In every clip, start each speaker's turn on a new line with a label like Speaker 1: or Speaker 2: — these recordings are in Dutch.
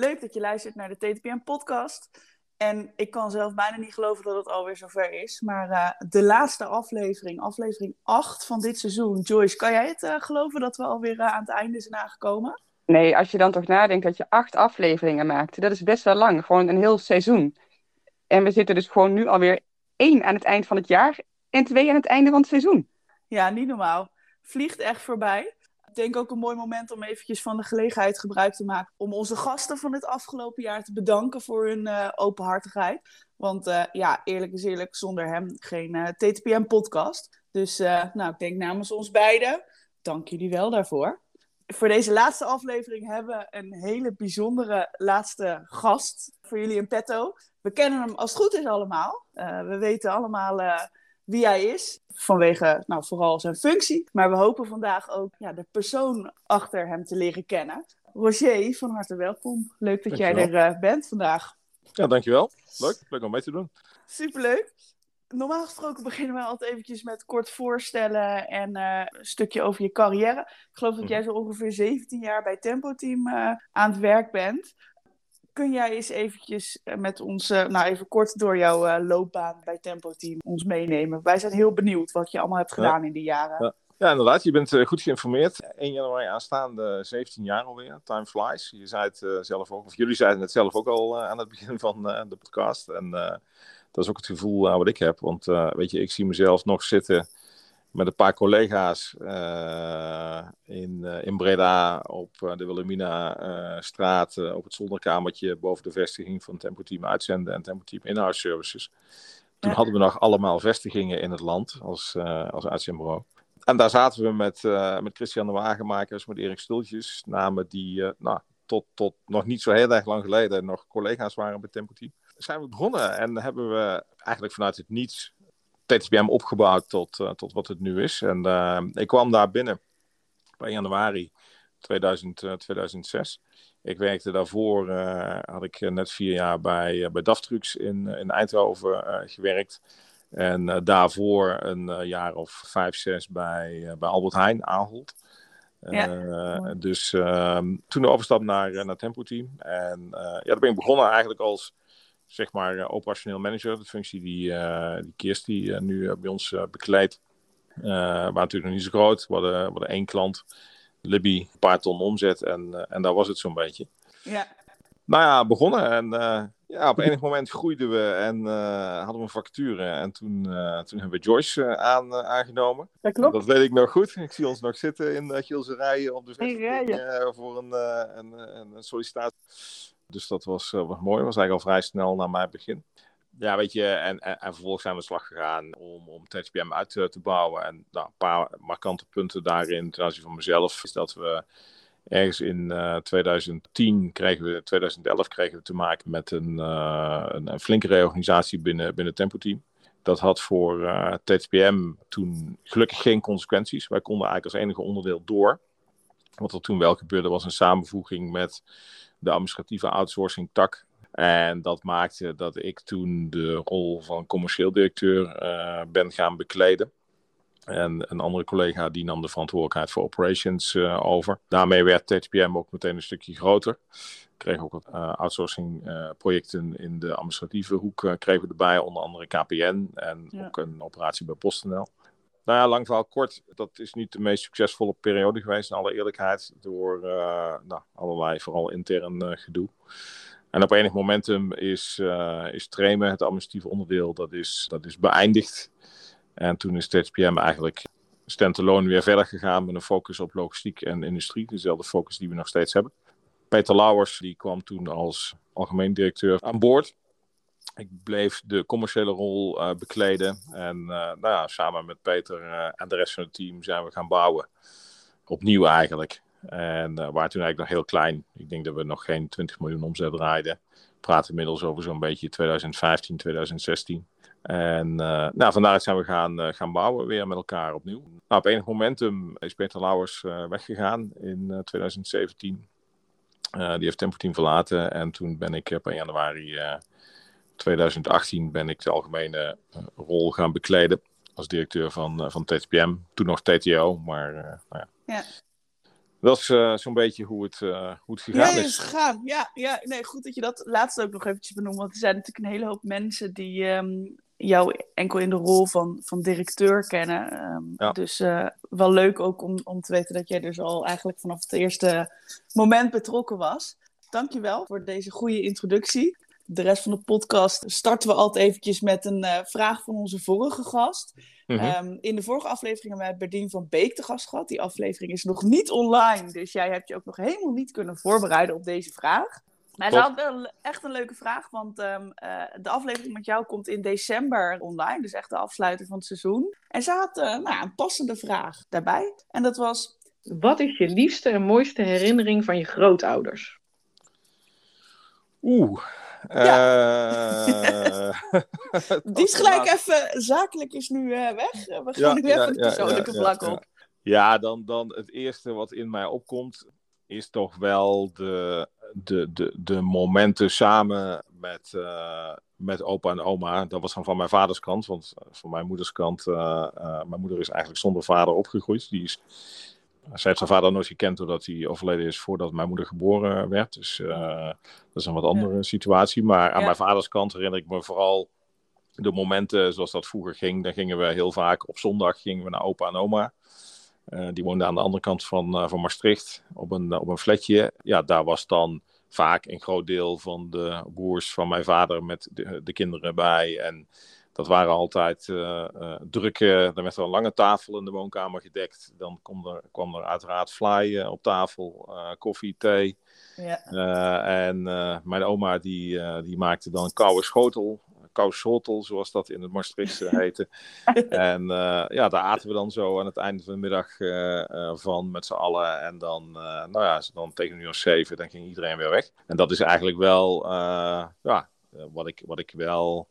Speaker 1: Leuk dat je luistert naar de TTPM-podcast. En ik kan zelf bijna niet geloven dat het alweer zover is. Maar de laatste aflevering 8 van dit seizoen. Joyce, kan jij het geloven dat we alweer aan het einde zijn aangekomen?
Speaker 2: Nee, als je dan toch nadenkt dat je 8 afleveringen maakte, dat is best wel lang. Gewoon een heel seizoen. En we zitten dus gewoon nu alweer 1 aan het eind van het jaar en 2 aan het einde van het seizoen.
Speaker 1: Ja, niet normaal. Vliegt echt voorbij. Ik denk ook een mooi moment om eventjes van de gelegenheid gebruik te maken om onze gasten van het afgelopen jaar te bedanken voor hun openhartigheid. Want eerlijk is eerlijk, zonder hem geen TTPM-podcast. Dus ik denk namens ons beiden, dank jullie wel daarvoor. Voor deze laatste aflevering hebben we een hele bijzondere laatste gast voor jullie in petto. We kennen hem als het goed is allemaal. We weten allemaal wie hij is, vanwege vooral zijn functie. Maar we hopen vandaag ook de persoon achter hem te leren kennen. Roger, van harte welkom. Leuk dat jij er bent vandaag.
Speaker 3: Ja, dankjewel. Leuk om mee te doen.
Speaker 1: Superleuk. Normaal gesproken beginnen we altijd eventjes met kort voorstellen en een stukje over je carrière. Ik geloof dat jij zo ongeveer 17 jaar bij Tempo Team aan het werk bent. Kun jij eens eventjes met ons, even kort door jouw loopbaan bij Tempo Team ons meenemen? Wij zijn heel benieuwd wat je allemaal hebt gedaan in die jaren.
Speaker 3: Ja, inderdaad. Je bent goed geïnformeerd. 1 januari aanstaande 17 jaar alweer. Time flies. Je zei het zelf ook, of jullie zeiden het zelf ook al aan het begin van de podcast. En dat is ook het gevoel wat ik heb. Want weet je, ik zie mezelf nog zitten met een paar collega's in Breda op de Wilhelmina-straat op het zolderkamertje boven de vestiging van Tempo Team Uitzenden en Tempo Team Inhouse Services. Toen hadden we nog allemaal vestigingen in het land als uitzendbureau. En daar zaten we met Christian de Wagenmakers, met Erik Stultjes, namen die tot nog niet zo heel erg lang geleden nog collega's waren bij Tempo Team. Zijn we begonnen en hebben we eigenlijk vanuit het niets TTPM opgebouwd tot wat het nu is. En ik kwam daar binnen bij januari 2006. Ik werkte daarvoor, had ik net 4 jaar bij DAF in Eindhoven gewerkt. En daarvoor een jaar of 5, 6 bij Albert Heijn, Ahold. Dus toen de overstap naar Tempo Team. En daar ben ik begonnen eigenlijk als zeg maar operationeel manager, de functie die Kirsty nu bij ons bekleedt. Maar natuurlijk nog niet zo groot. We hadden 1 klant, Libby, een paar ton omzet en daar was het zo'n beetje.
Speaker 1: Ja.
Speaker 3: Begonnen en op enig moment groeiden we en hadden we een vacature. En toen hebben we Joyce aangenomen.
Speaker 1: Dat klopt.
Speaker 3: Dat weet ik nog goed. Ik zie ons nog zitten in Gielse rijen op de vestiging voor een sollicitatie. Dus dat was mooi. Dat was eigenlijk al vrij snel na mijn begin. Ja, weet je, en vervolgens zijn we de slag gegaan om TTPM uit te bouwen. En een paar markante punten daarin ten aanzien van mezelf is dat we ergens in 2011 kregen we te maken met een flinke reorganisatie binnen Tempo Team. Dat had voor TTPM toen gelukkig geen consequenties. Wij konden eigenlijk als enige onderdeel door. Wat er toen wel gebeurde was een samenvoeging met de administratieve outsourcing tak. En dat maakte dat ik toen de rol van commercieel directeur ben gaan bekleden. En een andere collega die nam de verantwoordelijkheid voor operations over. Daarmee werd TTPM ook meteen een stukje groter. We kregen ook wat outsourcing projecten in de administratieve hoek kregen we erbij. Onder andere KPN en ook een operatie bij PostNL. Lang verhaal kort, dat is niet de meest succesvolle periode geweest in alle eerlijkheid. Door allerlei, vooral intern gedoe. En op enig momentum is Tremen, het administratieve onderdeel, dat is beëindigd. En toen is TTPM eigenlijk standalone weer verder gegaan met een focus op logistiek en industrie. Dezelfde focus die we nog steeds hebben. Peter Lauwers die kwam toen als algemeen directeur aan boord. Ik bleef de commerciële rol bekleden. En samen met Peter en de rest van het team zijn we gaan bouwen. Opnieuw eigenlijk. En waren toen eigenlijk nog heel klein. Ik denk dat we nog geen 20 miljoen omzet draaiden. We praten inmiddels over zo'n beetje 2015, 2016. En van daaruit zijn we gaan bouwen weer met elkaar opnieuw. Op enig momentum is Peter Lauwers weggegaan in 2017. Die heeft Tempo Team verlaten. En toen ben ik per januari 2018 ben ik de algemene rol gaan bekleden. Als directeur van TTPM. Toen nog TTO, maar
Speaker 1: Ja.
Speaker 3: Dat is zo'n beetje hoe het gegaan
Speaker 1: Ja,
Speaker 3: is.
Speaker 1: is gegaan. Ja, nee, goed dat je dat laatst ook nog eventjes benoemt. Want er zijn natuurlijk een hele hoop mensen die jou enkel in de rol van directeur kennen.
Speaker 3: Ja.
Speaker 1: Dus wel leuk ook om te weten dat jij dus al eigenlijk vanaf het eerste moment betrokken was. Dankjewel voor deze goede introductie. De rest van de podcast starten we altijd eventjes met een vraag van onze vorige gast.
Speaker 3: Mhm.
Speaker 1: In de vorige aflevering hebben we Berdien van Beek te gast gehad. Die aflevering is nog niet online, dus jij hebt je ook nog helemaal niet kunnen voorbereiden op deze vraag. Maar het is
Speaker 3: Top.
Speaker 1: wel echt een leuke vraag, want de aflevering met jou komt in december online. Dus echt de afsluiter van het seizoen. En ze had een passende vraag daarbij. En dat was...
Speaker 4: Wat is je liefste en mooiste herinnering van je grootouders?
Speaker 1: Die is gelijk even... Zakelijk is nu weg. We gaan nu even het persoonlijke vlak op.
Speaker 3: Ja, dan het eerste wat in mij opkomt... is toch wel de momenten samen met opa en oma. Dat was dan van mijn vaders kant. Want van mijn moeders kant... mijn moeder is eigenlijk zonder vader opgegroeid. Zij heeft zijn vader nooit gekend doordat hij overleden is voordat mijn moeder geboren werd. Dus dat is een wat andere situatie. Maar aan mijn vaders kant herinner ik me vooral de momenten zoals dat vroeger ging. Dan gingen we heel vaak op zondag naar opa en oma. Die woonden aan de andere kant van Maastricht op een flatje. Ja, daar was dan vaak een groot deel van de broers van mijn vader met de kinderen bij. En dat waren altijd drukke... Dan werd er een lange tafel in de woonkamer gedekt. Dan kwam er uiteraard fly op tafel, koffie, thee.
Speaker 1: Ja.
Speaker 3: En mijn oma die maakte dan een koude schotel, zoals dat in het Maastrichtse heette. En daar aten we dan zo aan het einde van de middag van met z'n allen. En dan, dan tegen 7:00, dan ging iedereen weer weg. En dat is eigenlijk wel wat ik wel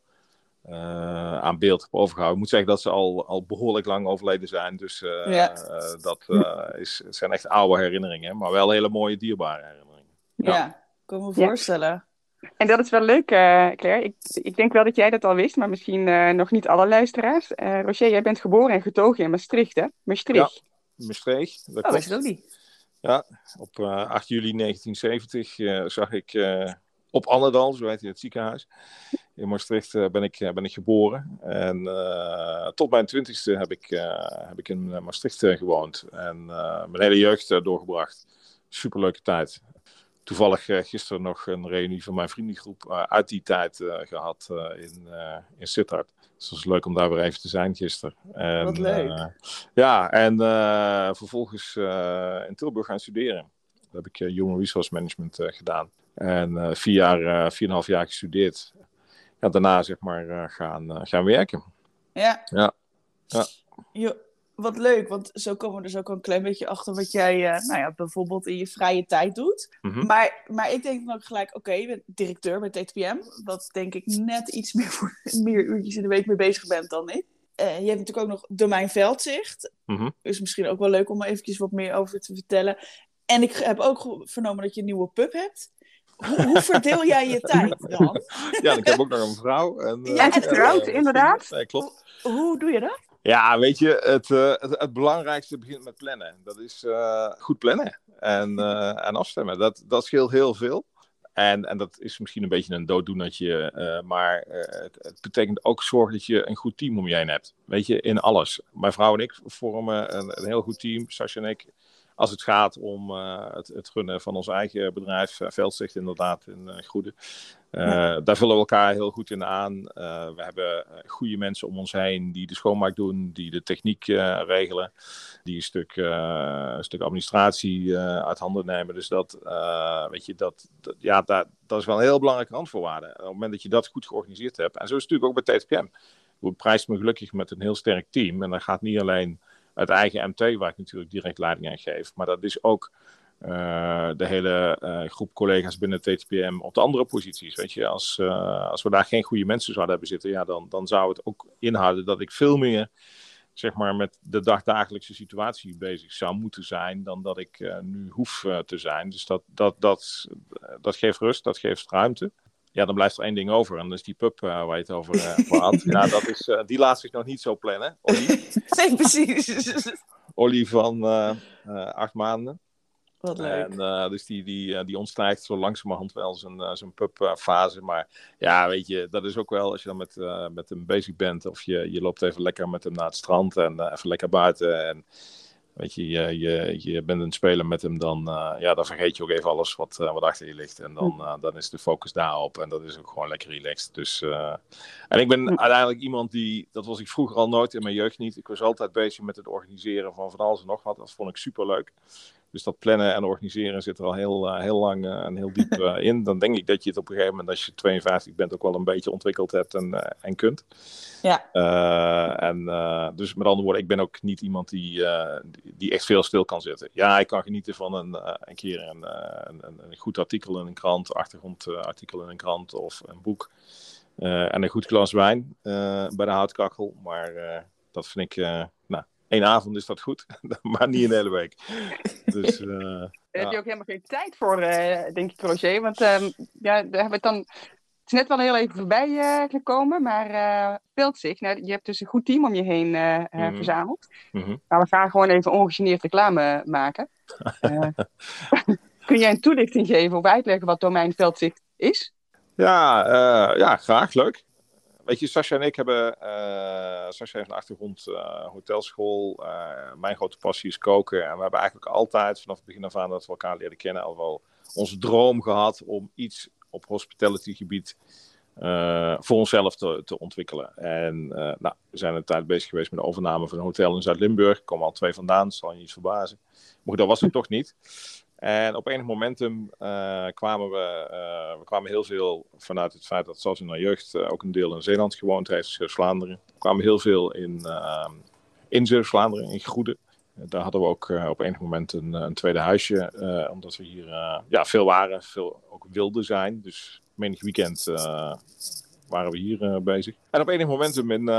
Speaker 3: aan beeld heb overgehouden. Ik moet zeggen dat ze al behoorlijk lang overleden zijn. Dus dat zijn echt oude herinneringen. Maar wel hele mooie, dierbare herinneringen.
Speaker 1: Ja, kan me voorstellen.
Speaker 2: En dat is wel leuk, Claire. Ik denk wel dat jij dat al wist, maar misschien nog niet alle luisteraars. Roger, jij bent geboren en getogen in Maastricht, hè? Maastricht.
Speaker 3: Ja, Maastricht. Dat
Speaker 1: wist ik ook niet.
Speaker 3: Ja, op 8 juli 1970 zag ik op Annedal, zo heet het ziekenhuis. In Maastricht ben ik geboren. En tot mijn 20ste heb ik in Maastricht gewoond. En mijn hele jeugd doorgebracht. Superleuke tijd. Toevallig gisteren nog een reunie van mijn vriendengroep uit die tijd gehad in Sittard. Dus het was leuk om daar weer even te zijn gisteren. En,
Speaker 1: wat leuk.
Speaker 3: Vervolgens in Tilburg gaan studeren. Daar heb ik Human Resource Management gedaan. En 4,5 jaar gestudeerd. Ja, daarna zeg maar gaan werken.
Speaker 1: Ja. Wat leuk, want zo komen we dus ook een klein beetje achter wat jij bijvoorbeeld in je vrije tijd doet.
Speaker 3: Mm-hmm.
Speaker 1: Maar ik denk dan ook gelijk, oké, je bent directeur bij TTPM, wat denk ik net iets meer uurtjes in de week mee bezig bent dan ik. Je hebt natuurlijk ook nog domein Veldzicht.
Speaker 3: Mm-hmm.
Speaker 1: Dus misschien ook wel leuk om er eventjes wat meer over te vertellen. En ik heb ook vernomen dat je een nieuwe pup hebt. Hoe verdeel jij je tijd dan?
Speaker 3: Ja, ik heb ook nog een vrouw. En
Speaker 2: getrouwd, inderdaad.
Speaker 3: Nee, klopt.
Speaker 1: Hoe doe je dat?
Speaker 3: Ja, weet je, het belangrijkste begint met plannen. Dat is goed plannen en afstemmen. Dat scheelt heel veel. En dat is misschien een beetje een dooddoenertje. Maar het betekent ook zorgen dat je een goed team om je heen hebt. Weet je, in alles. Mijn vrouw en ik vormen een heel goed team. Sascha en ik. Als het gaat om het runnen van ons eigen bedrijf. Veldzicht inderdaad in Goede. Daar vullen we elkaar heel goed in aan. We hebben goede mensen om ons heen die de schoonmaak doen, die de techniek regelen, die een stuk administratie uit handen nemen. Dus dat is wel een heel belangrijke randvoorwaarde. Op het moment dat je dat goed georganiseerd hebt. En zo is het natuurlijk ook bij TTPM. Ik prijs me gelukkig met een heel sterk team. En dat gaat niet alleen uit eigen MT, waar ik natuurlijk direct leiding aan geef. Maar dat is ook de hele groep collega's binnen TTPM op de andere posities. Weet je, als we daar geen goede mensen zouden hebben zitten, ja, dan zou het ook inhouden dat ik veel meer zeg maar, met de dagdagelijkse situatie bezig zou moeten zijn dan dat ik nu hoef te zijn. Dus dat geeft rust, dat geeft ruimte. Ja, dan blijft er één ding over. En dat is die pup waar je het over had. Ja, die laat zich nog niet zo plannen. Ollie.
Speaker 1: Nee, precies.
Speaker 3: Ollie van 8 maanden.
Speaker 1: Wat leuk.
Speaker 3: En dus die ontstijgt zo langzamerhand wel zijn pubfase. Maar ja, weet je, dat is ook wel als je dan met hem bezig bent. Of je loopt even lekker met hem naar het strand en even lekker buiten. En weet je, je bent aan het spelen met hem, dan vergeet je ook even alles wat achter je ligt. En dan is de focus daarop. En dat is ook gewoon lekker relaxed. Dus, en ik ben uiteindelijk iemand dat was ik vroeger al nooit in mijn jeugd niet. Ik was altijd bezig met het organiseren van alles en nog wat. Dat vond ik superleuk. Dus dat plannen en organiseren zit er al heel lang en heel diep in. Dan denk ik dat je het op een gegeven moment, als je 52 bent, ook wel een beetje ontwikkeld hebt en kunt.
Speaker 1: Ja.
Speaker 3: Dus met andere woorden, ik ben ook niet iemand die echt veel stil kan zitten. Ja, ik kan genieten van een keer een goed artikel in een krant, achtergrondartikel in een krant of een boek. En een goed glas wijn bij de houtkachel. Maar dat vind ik, 1 avond is dat goed, maar niet een hele week. Dus,
Speaker 2: Daar heb je ook helemaal geen tijd voor, denk ik, Roger. Want daar hebben we het dan... Het is net wel heel even voorbij gekomen, maar Veldzicht, je hebt dus een goed team om je heen verzameld.
Speaker 3: Mm-hmm.
Speaker 2: Maar we gaan gewoon even ongegeneerd reclame maken. Kun jij een toelichting geven of uitleggen wat domein Veldzicht is?
Speaker 3: Ja, graag, leuk. Weet je, Sascha en ik hebben... Sascha heeft een achtergrond hotelschool. Mijn grote passie is koken. En we hebben eigenlijk altijd, vanaf het begin af aan dat we elkaar leren kennen, al wel onze droom gehad om iets op hospitality gebied voor onszelf te ontwikkelen. En we zijn een tijd bezig geweest met de overname van een hotel in Zuid-Limburg. Er komen al 2 vandaan, dat zal je niet verbazen. Maar dat was het toch niet. En op enig momentum kwamen we heel veel vanuit het feit dat zoals in haar jeugd ook een deel in Zeeland gewoond heeft, Zeeuws-Vlaanderen. We kwamen heel veel in Zeeuws-Vlaanderen, in Goede. Daar hadden we ook op enig moment een tweede huisje, omdat we hier veel waren, veel ook wilden zijn. Dus menig weekend waren we hier bezig. En op enig momentum in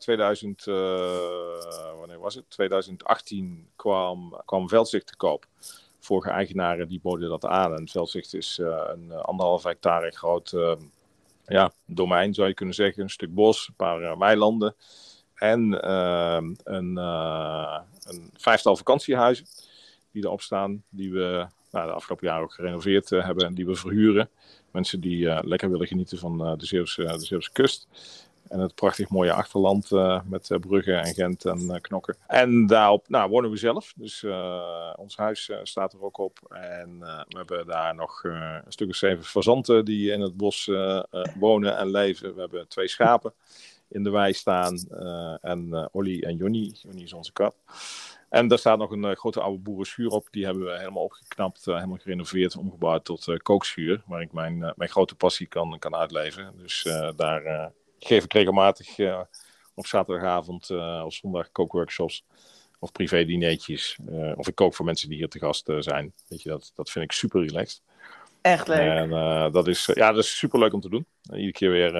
Speaker 3: 2018 kwam Veldzicht te koop. Vorige eigenaren die boden dat aan. En Veldzicht is een 1,5 hectare groot domein, zou je kunnen zeggen. Een stuk bos, een paar weilanden. En een 5-tal vakantiehuizen die erop staan. Die we de afgelopen jaren ook gerenoveerd hebben. En die we verhuren. Mensen die lekker willen genieten van de Zeeuwse kust. En het prachtig mooie achterland met Brugge en Gent en Knokken. En daarop wonen we zelf. Dus ons huis staat er ook op. En we hebben daar nog een stuk of 7 fazanten die in het bos wonen en leven. We hebben 2 schapen in de wei staan. En Olly en Jonny. Jonny is onze kat. En daar staat nog een grote oude boerenschuur op. Die hebben we helemaal opgeknapt, helemaal gerenoveerd, omgebouwd tot kookschuur. Waar ik mijn grote passie kan uitleven. Dus daar geef ik regelmatig op zaterdagavond of zondag kookworkshops of privé-dineetjes. Of ik kook voor mensen die hier te gast zijn. Weet je, dat vind ik super relaxed.
Speaker 1: Echt leuk.
Speaker 3: En dat is super leuk om te doen. Iedere keer weer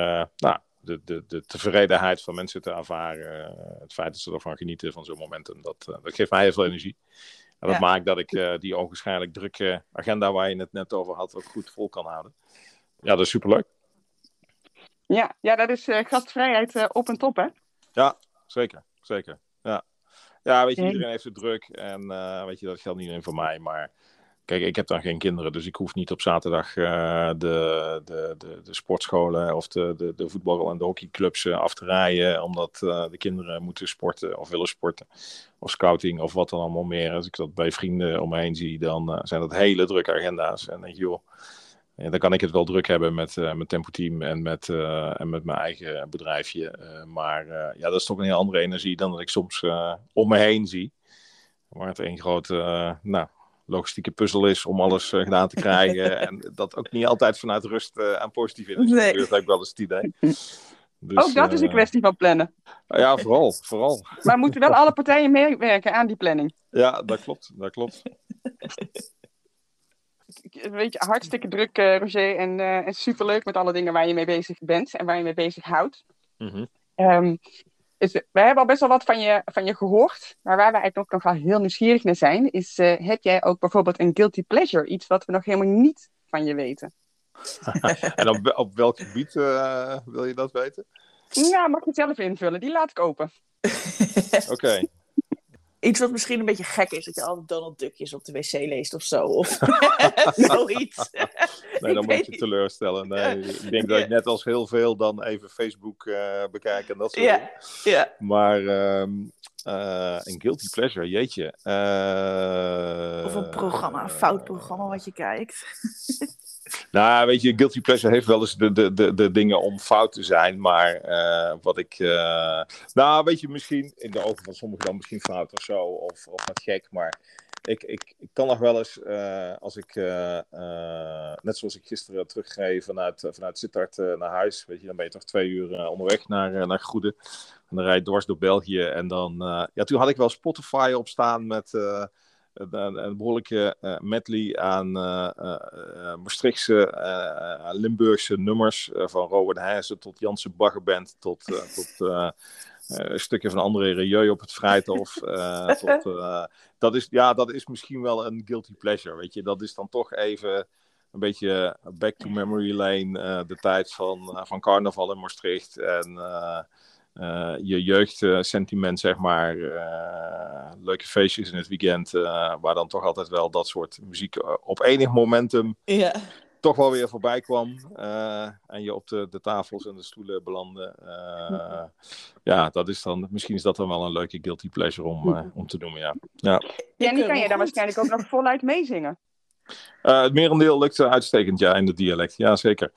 Speaker 3: de tevredenheid van mensen te ervaren. Het feit dat ze ervan genieten van zo'n momentum. Dat geeft mij heel veel energie. En dat maakt dat ik die ogenschijnlijk drukke agenda waar je het net over had ook goed vol kan houden. Ja, dat is superleuk.
Speaker 2: Ja, dat is gastvrijheid op en top, hè?
Speaker 3: Ja, zeker. Ja, weet je, iedereen heeft het druk. En weet je, dat geldt niet alleen voor mij. Maar kijk, ik heb dan geen kinderen. Dus ik hoef niet op zaterdag de sportscholen of de voetbal- en de hockeyclubs af te rijden. Omdat de kinderen moeten sporten of willen sporten. Of scouting of wat dan allemaal meer. Als ik dat bij vrienden om me heen zie, dan zijn dat hele drukke agenda's. En denk je, joh, dan kan ik het wel druk hebben met mijn Tempo Team en met mijn eigen bedrijfje. Maar dat is toch een heel andere energie dan dat ik soms om me heen zie. Waar het een grote logistieke puzzel is om alles gedaan te krijgen. En dat ook niet altijd vanuit rust en positief in is.
Speaker 1: Nee.
Speaker 3: Dat heb ik wel eens het idee. Dus,
Speaker 2: ook dat is een kwestie van plannen.
Speaker 3: Ja, vooral.
Speaker 2: Maar moeten wel alle partijen meewerken aan die planning?
Speaker 3: Ja, dat klopt.
Speaker 2: Weet je, hartstikke druk, Roger. En superleuk met alle dingen waar je mee bezig bent en waar je mee bezig houdt.
Speaker 3: Mm-hmm.
Speaker 2: We hebben al best wel wat van je gehoord. Maar waar we eigenlijk nog wel heel nieuwsgierig naar zijn, is heb jij ook bijvoorbeeld een guilty pleasure? Iets wat we nog helemaal niet van je weten.
Speaker 3: En op welk gebied wil je dat weten?
Speaker 2: Ja, mag je zelf invullen. Die laat ik open.
Speaker 3: Oké.
Speaker 1: Iets wat misschien een beetje gek is, dat je altijd Donald Duckjes op de wc leest of zo. Of zoiets.
Speaker 3: Nee, dan moet ik je teleurstellen. Nee, ik denk dat ik net als heel veel dan even Facebook bekijk en dat soort dingen.
Speaker 1: Ja.
Speaker 3: Maar een guilty pleasure, jeetje.
Speaker 1: Of een programma, een fout programma wat je kijkt.
Speaker 3: Nou, weet je, guilty pleasure heeft wel eens de dingen om fout te zijn. Maar wat ik... nou, weet je, misschien in de ogen van sommigen dan misschien fout of zo. Of wat gek, maar... Ik kan nog wel eens, als ik, net zoals ik gisteren terugreed vanuit Sittard naar huis, weet je, dan ben je toch 2 uur onderweg naar Goede. En dan rijd je dwars door België. En dan, toen had ik wel Spotify op staan met een behoorlijke medley aan Maastrichtse, Limburgse nummers. Van Rowan Heijzen tot Janse Baggerband tot een stukje van André Rieu op het Vrijthof. Dat is misschien wel een guilty pleasure, weet je. Dat is dan toch even een beetje back to memory lane. De tijd van carnaval in Maastricht. En je jeugdsentiment, zeg maar. Leuke feestjes in het weekend. Waar dan toch altijd wel dat soort muziek op enig momentum...
Speaker 1: Ja.
Speaker 3: toch wel weer voorbij kwam en je op de tafels en de stoelen belandde. Dat is dan, misschien is dat dan wel een leuke guilty pleasure om te noemen, ja.
Speaker 2: Ja, en die kan je dan waarschijnlijk ook nog voluit meezingen.
Speaker 3: Het merendeel lukt uitstekend, ja, in het dialect. Ja, zeker.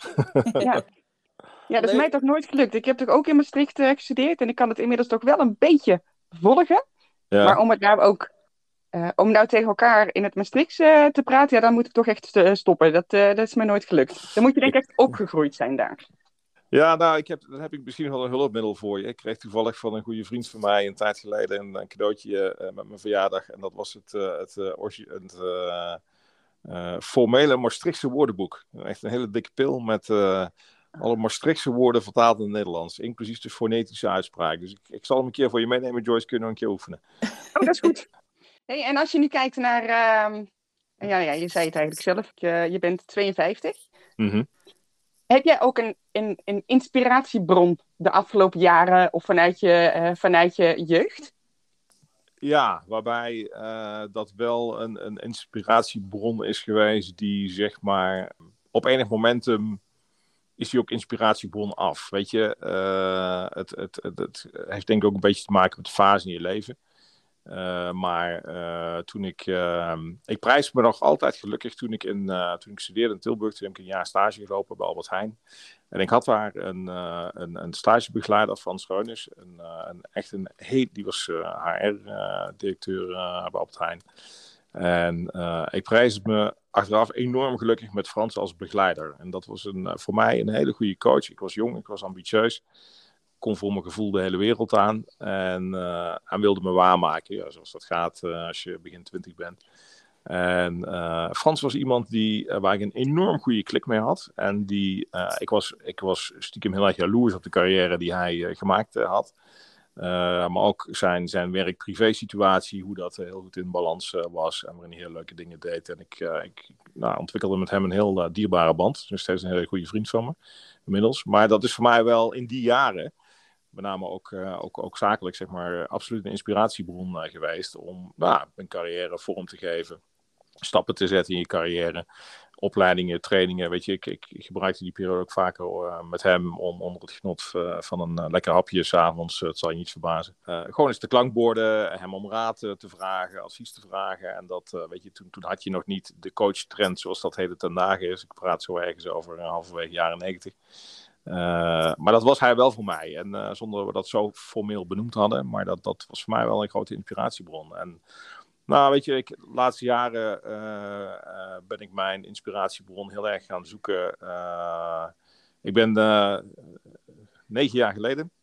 Speaker 2: Ja, dat is mij toch nooit gelukt. Ik heb toch ook in Maastricht gestudeerd en ik kan het inmiddels toch wel een beetje volgen. Ja. Maar om het nou ook... om nou tegen elkaar in het Maastrichts te praten, ja, dan moet ik toch echt stoppen. Dat is mij nooit gelukt. Dan moet je denk ik echt opgegroeid zijn daar.
Speaker 3: Ja, nou, dan heb ik misschien wel een hulpmiddel voor je. Ik kreeg toevallig van een goede vriend van mij een tijd geleden een cadeautje met mijn verjaardag. En dat was het formele Maastrichtse woordenboek. Echt een hele dikke pil met alle Maastrichtse woorden vertaald in het Nederlands. Inclusief de fonetische uitspraak. Dus ik zal hem een keer voor je meenemen, Joyce. Kun je nog een keer oefenen.
Speaker 2: Oh, dat is goed. Hey, en als je nu kijkt naar... je zei het eigenlijk zelf. Je bent 52.
Speaker 3: Mm-hmm.
Speaker 2: Heb jij ook een inspiratiebron de afgelopen jaren of vanuit je jeugd?
Speaker 3: Ja, waarbij dat wel een inspiratiebron is geweest die, zeg maar, op enig momentum is die ook inspiratiebron af. Weet je, het heeft denk ik ook een beetje te maken met de fase in je leven. Maar toen ik prijs me nog altijd gelukkig toen ik studeerde in Tilburg, toen heb ik een jaar stage gelopen bij Albert Heijn. En ik had daar een stagebegeleider, Frans Reuners, die was HR-directeur bij Albert Heijn. En ik prijs me achteraf enorm gelukkig met Frans als begeleider. En dat was voor mij een hele goede coach. Ik was jong, ik was ambitieus. Kon voor mijn gevoel de hele wereld aan. En hij wilde me waarmaken. Ja, zoals dat gaat als je begin 20 bent. En Frans was iemand waar ik een enorm goede klik mee had. En ik was stiekem heel erg jaloers op de carrière die hij gemaakt had. Maar ook zijn werk-privé situatie, hoe dat heel goed in balans was. En waarin hij heel leuke dingen deed. En ik ontwikkelde met hem een heel dierbare band. Dus steeds een hele goede vriend van me inmiddels. Maar dat is voor mij wel in die jaren, met name ook zakelijk, zeg maar, absoluut een inspiratiebron geweest om mijn carrière vorm te geven. Stappen te zetten in je carrière. Opleidingen, trainingen, weet je, ik gebruikte die periode ook vaker met hem om onder het genot van een lekker hapje 's avonds, het zal je niet verbazen. Gewoon eens de klankborden, hem om raad te vragen, advies te vragen. En dat, weet je, toen had je nog niet de coach-trend zoals dat heden ten dagen is. Ik praat zo ergens over halverwege jaren 90. Maar dat was hij wel voor mij. En zonder dat we dat zo formeel benoemd hadden, maar dat was voor mij wel een grote inspiratiebron. En nou, weet je, de laatste jaren ben ik mijn inspiratiebron heel erg gaan zoeken. Ik ben 9 jaar geleden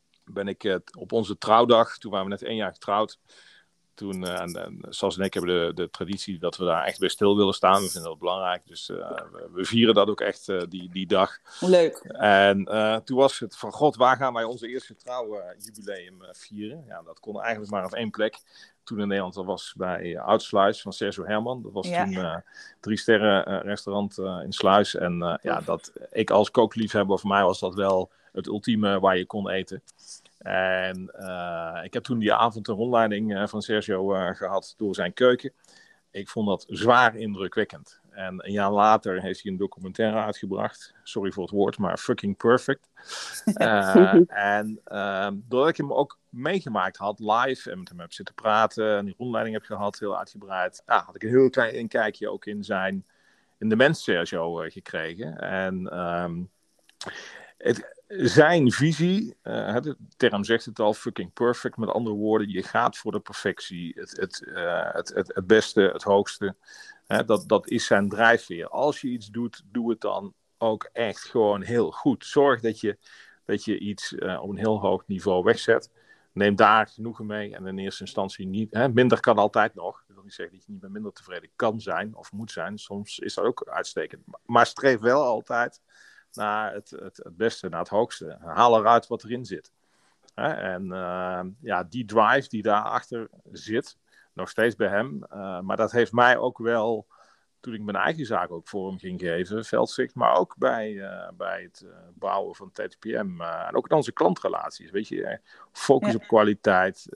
Speaker 3: op onze trouwdag, toen waren we net 1 jaar getrouwd. Toen, Sas en ik hebben de traditie dat we daar echt bij stil willen staan. We vinden dat belangrijk, dus we vieren dat ook echt die dag.
Speaker 1: Leuk.
Speaker 3: En toen was het van, god, waar gaan wij onze eerste trouwjubileum vieren? Ja, dat kon eigenlijk maar op 1 plek. Toen in Nederland, dat was bij Oudsluis van Sergio Herman. Dat was toen 3-sterren restaurant in Sluis. En dat ik als kookliefhebber, voor mij was dat wel het ultieme waar je kon eten. En ik heb toen die avond een rondleiding van Sergio gehad door zijn keuken. Ik vond dat zwaar indrukwekkend. En een jaar later heeft hij een documentaire uitgebracht. Sorry voor het woord, maar fucking perfect. En doordat ik hem ook meegemaakt had live en met hem heb zitten praten en die rondleiding heb gehad, heel uitgebreid, had ik een heel klein inkijkje ook in de mens Sergio gekregen. En zijn visie, de term zegt het al, fucking perfect. Met andere woorden, je gaat voor de perfectie, het beste, het hoogste. Dat is zijn drijfveer. Als je iets doet, doe het dan ook echt gewoon heel goed. Zorg dat je iets op een heel hoog niveau wegzet. Neem daar genoegen mee en in eerste instantie niet. Minder kan altijd nog. Dat wil niet zeggen dat je niet met minder tevreden kan zijn of moet zijn. Soms is dat ook uitstekend. Maar streef wel altijd naar het beste, naar het hoogste. Haal eruit wat erin zit. En die drive die daarachter zit, nog steeds bij hem. Maar dat heeft mij ook wel, toen ik mijn eigen zaak ook vorm ging geven, veldzicht, maar ook bij het bouwen van TTPM. En ook in onze klantrelaties. Weet je, focus op kwaliteit.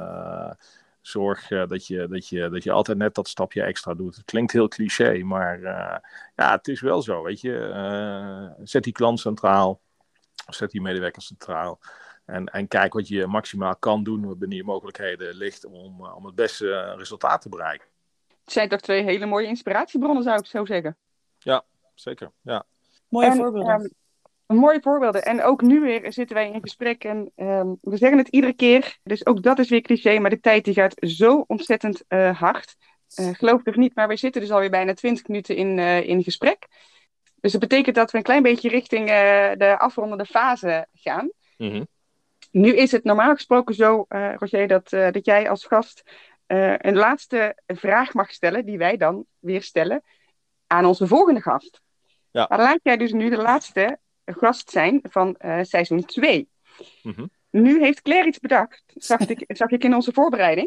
Speaker 3: Zorg dat je altijd net dat stapje extra doet. Het klinkt heel cliché, maar het is wel zo. Weet je, zet die klant centraal, zet die medewerkers centraal. En kijk wat je maximaal kan doen, binnen je mogelijkheden ligt om het beste resultaat te bereiken.
Speaker 2: Het zijn toch 2 hele mooie inspiratiebronnen, zou ik zo zeggen.
Speaker 3: Ja, zeker. Ja.
Speaker 1: Mooie voorbeelden.
Speaker 2: Mooie voorbeelden. En ook nu weer zitten wij in gesprek en we zeggen het iedere keer. Dus ook dat is weer cliché, maar de tijd die gaat zo ontzettend hard. Geloof het of niet, maar we zitten dus alweer bijna 20 minuten in gesprek. Dus dat betekent dat we een klein beetje richting de afrondende fase gaan.
Speaker 3: Mm-hmm.
Speaker 2: Nu is het normaal gesproken zo, Roger, dat jij als gast een laatste vraag mag stellen, die wij dan weer stellen aan onze volgende gast.
Speaker 3: Ja.
Speaker 2: Maar laat jij dus nu de laatste gast zijn van seizoen 2.
Speaker 3: Mm-hmm.
Speaker 2: Nu heeft Claire iets bedacht, zag ik in onze voorbereiding,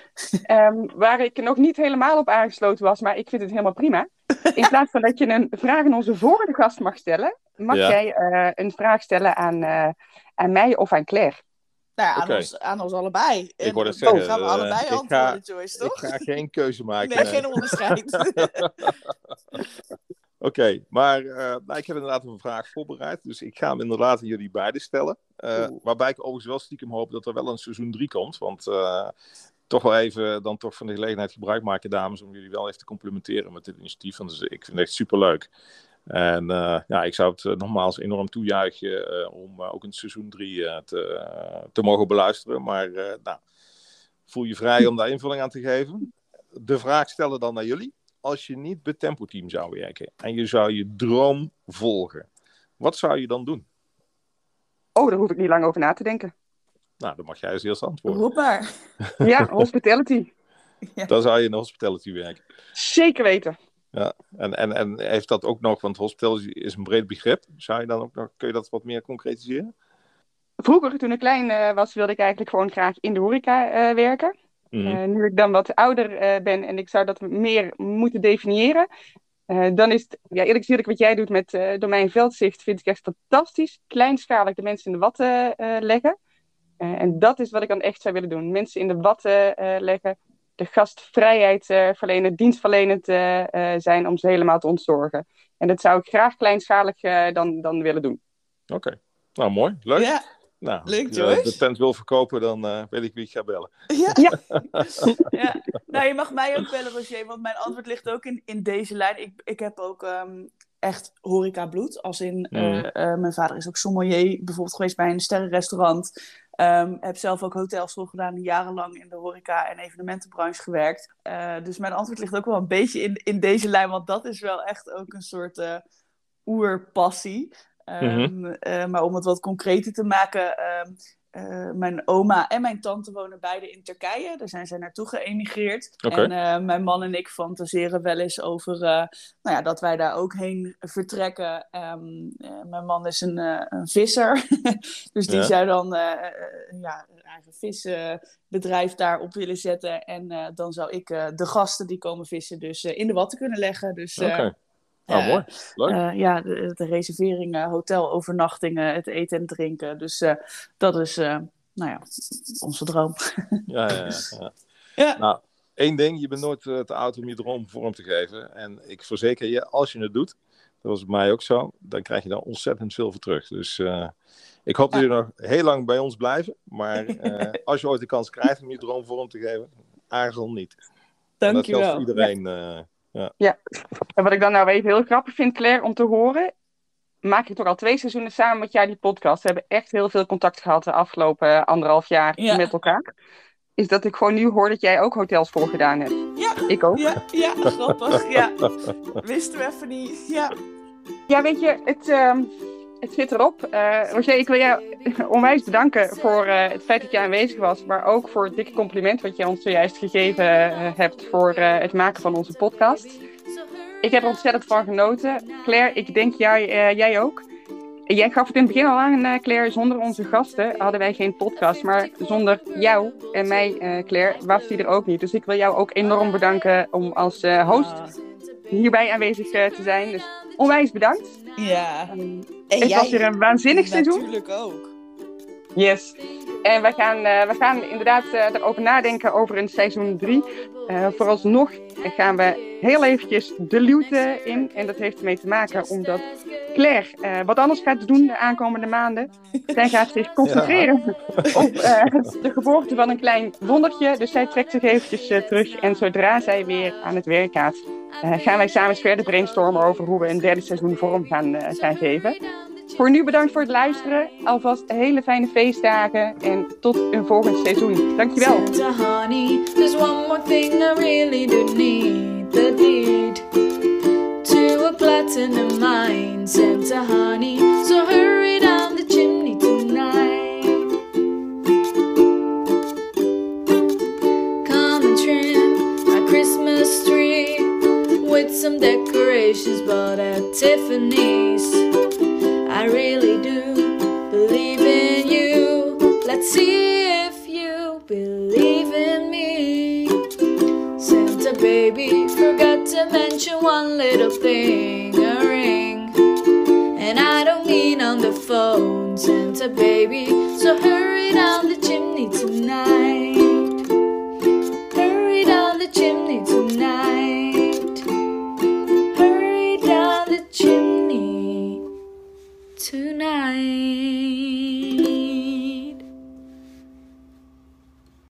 Speaker 2: waar ik nog niet helemaal op aangesloten was, maar ik vind het helemaal prima. In plaats van dat je een vraag aan onze volgende gast mag stellen, mag jij een vraag stellen aan mij of aan Claire.
Speaker 1: Nou ja, aan ons allebei.
Speaker 3: Ik wou dat zeggen.
Speaker 1: Gaan we allebei antwoorden, Joyce, toch?
Speaker 3: Ik ga geen keuze maken.
Speaker 1: Nee, geen onderscheid.
Speaker 3: Oké, maar ik heb inderdaad een vraag voorbereid. Dus ik ga hem inderdaad aan jullie beiden stellen. Waarbij ik overigens wel stiekem hoop dat er wel een seizoen 3 komt. Want toch wel even dan toch van de gelegenheid gebruik maken, dames, om jullie wel even te complimenteren met dit initiatief. Want dus, ik vind het echt superleuk. En ik zou het nogmaals enorm toejuichen om ook een seizoen 3 te mogen beluisteren. Maar voel je vrij om daar invulling aan te geven. De vraag stellen dan naar jullie. Als je niet bij Tempo Team zou werken en je zou je droom volgen, wat zou je dan doen?
Speaker 2: Oh, daar hoef ik niet lang over na te denken.
Speaker 3: Nou, dan mag jij als eerste antwoorden.
Speaker 1: Roep maar.
Speaker 2: Ja, hospitality.
Speaker 3: Ja. Dan zou je in de hospitality werken.
Speaker 2: Zeker weten.
Speaker 3: Ja, en heeft dat ook nog, want hospitality is een breed begrip. Zou je dan ook nog, kun je dat wat meer concretiseren?
Speaker 2: Vroeger, toen ik klein was, wilde ik eigenlijk gewoon graag in de horeca werken. Mm-hmm. Nu ik dan wat ouder ben en ik zou dat meer moeten definiëren, dan is het, eerlijk gezegd, wat jij doet met domein Veldzicht, vind ik echt fantastisch. Kleinschalig de mensen in de watten leggen. En dat is wat ik dan echt zou willen doen. Mensen in de watten leggen, de gastvrijheid verlenen, dienstverlenend zijn om ze helemaal te ontzorgen. En dat zou ik graag kleinschalig dan willen doen.
Speaker 3: Oké. Nou mooi, leuk.
Speaker 1: Ja.
Speaker 3: Nou,
Speaker 1: leuk,
Speaker 3: als je de tent wil verkopen, dan weet ik wie ik ga bellen.
Speaker 1: Ja. Ja. Nou, je mag mij ook bellen, Roger, want mijn antwoord ligt ook in deze lijn. Ik heb ook echt horeca bloed. Als in, mijn vader is ook sommelier, bijvoorbeeld geweest bij een sterrenrestaurant. Heb zelf ook hotelschool gedaan, jarenlang in de horeca en evenementenbranche gewerkt. Dus mijn antwoord ligt ook wel een beetje in deze lijn, want dat is wel echt ook een soort oerpassie. Maar om het wat concreter te maken, mijn oma en mijn tante wonen beide in Turkije. Daar zijn zij naartoe geëmigreerd.
Speaker 3: Okay.
Speaker 1: En mijn man en ik fantaseren wel eens over dat wij daar ook heen vertrekken. Mijn man is een visser. Dus die zou dan een eigen visbedrijf daarop willen zetten. En dan zou ik de gasten die komen vissen dus in de watten kunnen leggen. Dus...
Speaker 3: mooi. Leuk.
Speaker 1: De reservering, hotelovernachtingen, het eten en drinken. Dus dat is nou ja, onze droom.
Speaker 3: Ja.
Speaker 1: Ja.
Speaker 3: Nou, 1 ding, je bent nooit te oud om je droom vorm te geven. En ik verzeker je, als je het doet, dat was bij mij ook zo, dan krijg je daar ontzettend veel voor terug. Dus ik hoop dat jullie nog heel lang bij ons blijven. Maar als je ooit de kans krijgt om je droom vorm te geven, aarzel niet.
Speaker 1: Dank je
Speaker 3: wel. Dat
Speaker 1: wel.
Speaker 3: geldt voor iedereen.
Speaker 2: Ja. En wat ik dan nou even heel grappig vind, Claire, om te horen, maak ik toch al 2 seizoenen samen met jou die podcast. We hebben echt heel veel contact gehad de afgelopen 1,5 jaar met elkaar. Is dat ik gewoon nu hoor dat jij ook hotels voorgedaan hebt.
Speaker 1: Ja.
Speaker 2: Ik ook.
Speaker 1: Ja, grappig. Ja. Wisten we even niet.
Speaker 2: Ja, weet je, het zit erop. Roger, ik wil jou onwijs bedanken voor het feit dat jij aanwezig was. Maar ook voor het dikke compliment wat je ons zojuist gegeven hebt voor het maken van onze podcast. Ik heb er ontzettend van genoten. Claire, ik denk jij ook. Jij gaf het in het begin al aan, Claire. Zonder onze gasten hadden wij geen podcast. Maar zonder jou en mij, Claire, was die er ook niet. Dus ik wil jou ook enorm bedanken om als host hierbij aanwezig te zijn. Dus onwijs bedankt.
Speaker 1: Ja.
Speaker 2: Het was weer een waanzinnig seizoen.
Speaker 1: Natuurlijk ook.
Speaker 2: Yes. En we gaan inderdaad erover nadenken over een seizoen 3. Vooralsnog gaan we heel eventjes de luwte in. En dat heeft ermee te maken omdat Claire wat anders gaat doen de aankomende maanden. Zij gaat zich concentreren op de geboorte van een klein wondertje. Dus zij trekt zich eventjes terug. En zodra zij weer aan het werk gaat, gaan wij samen eens verder brainstormen over hoe we een 3e seizoen vorm gaan geven. Voor nu bedankt voor het luisteren. Alvast hele fijne feestdagen en tot een volgend seizoen. Dankjewel.
Speaker 5: Santa honey, there's one more thing I really do need. The deed to a platinum mine. Santa honey, so hurry down the chimney tonight. Come and trim my Christmas tree with some decorations bought at Tiffany's. I really do believe in you. Let's see if you believe in me. Santa baby forgot to mention one little thing, a ring. And I don't mean on the phone, Santa baby, so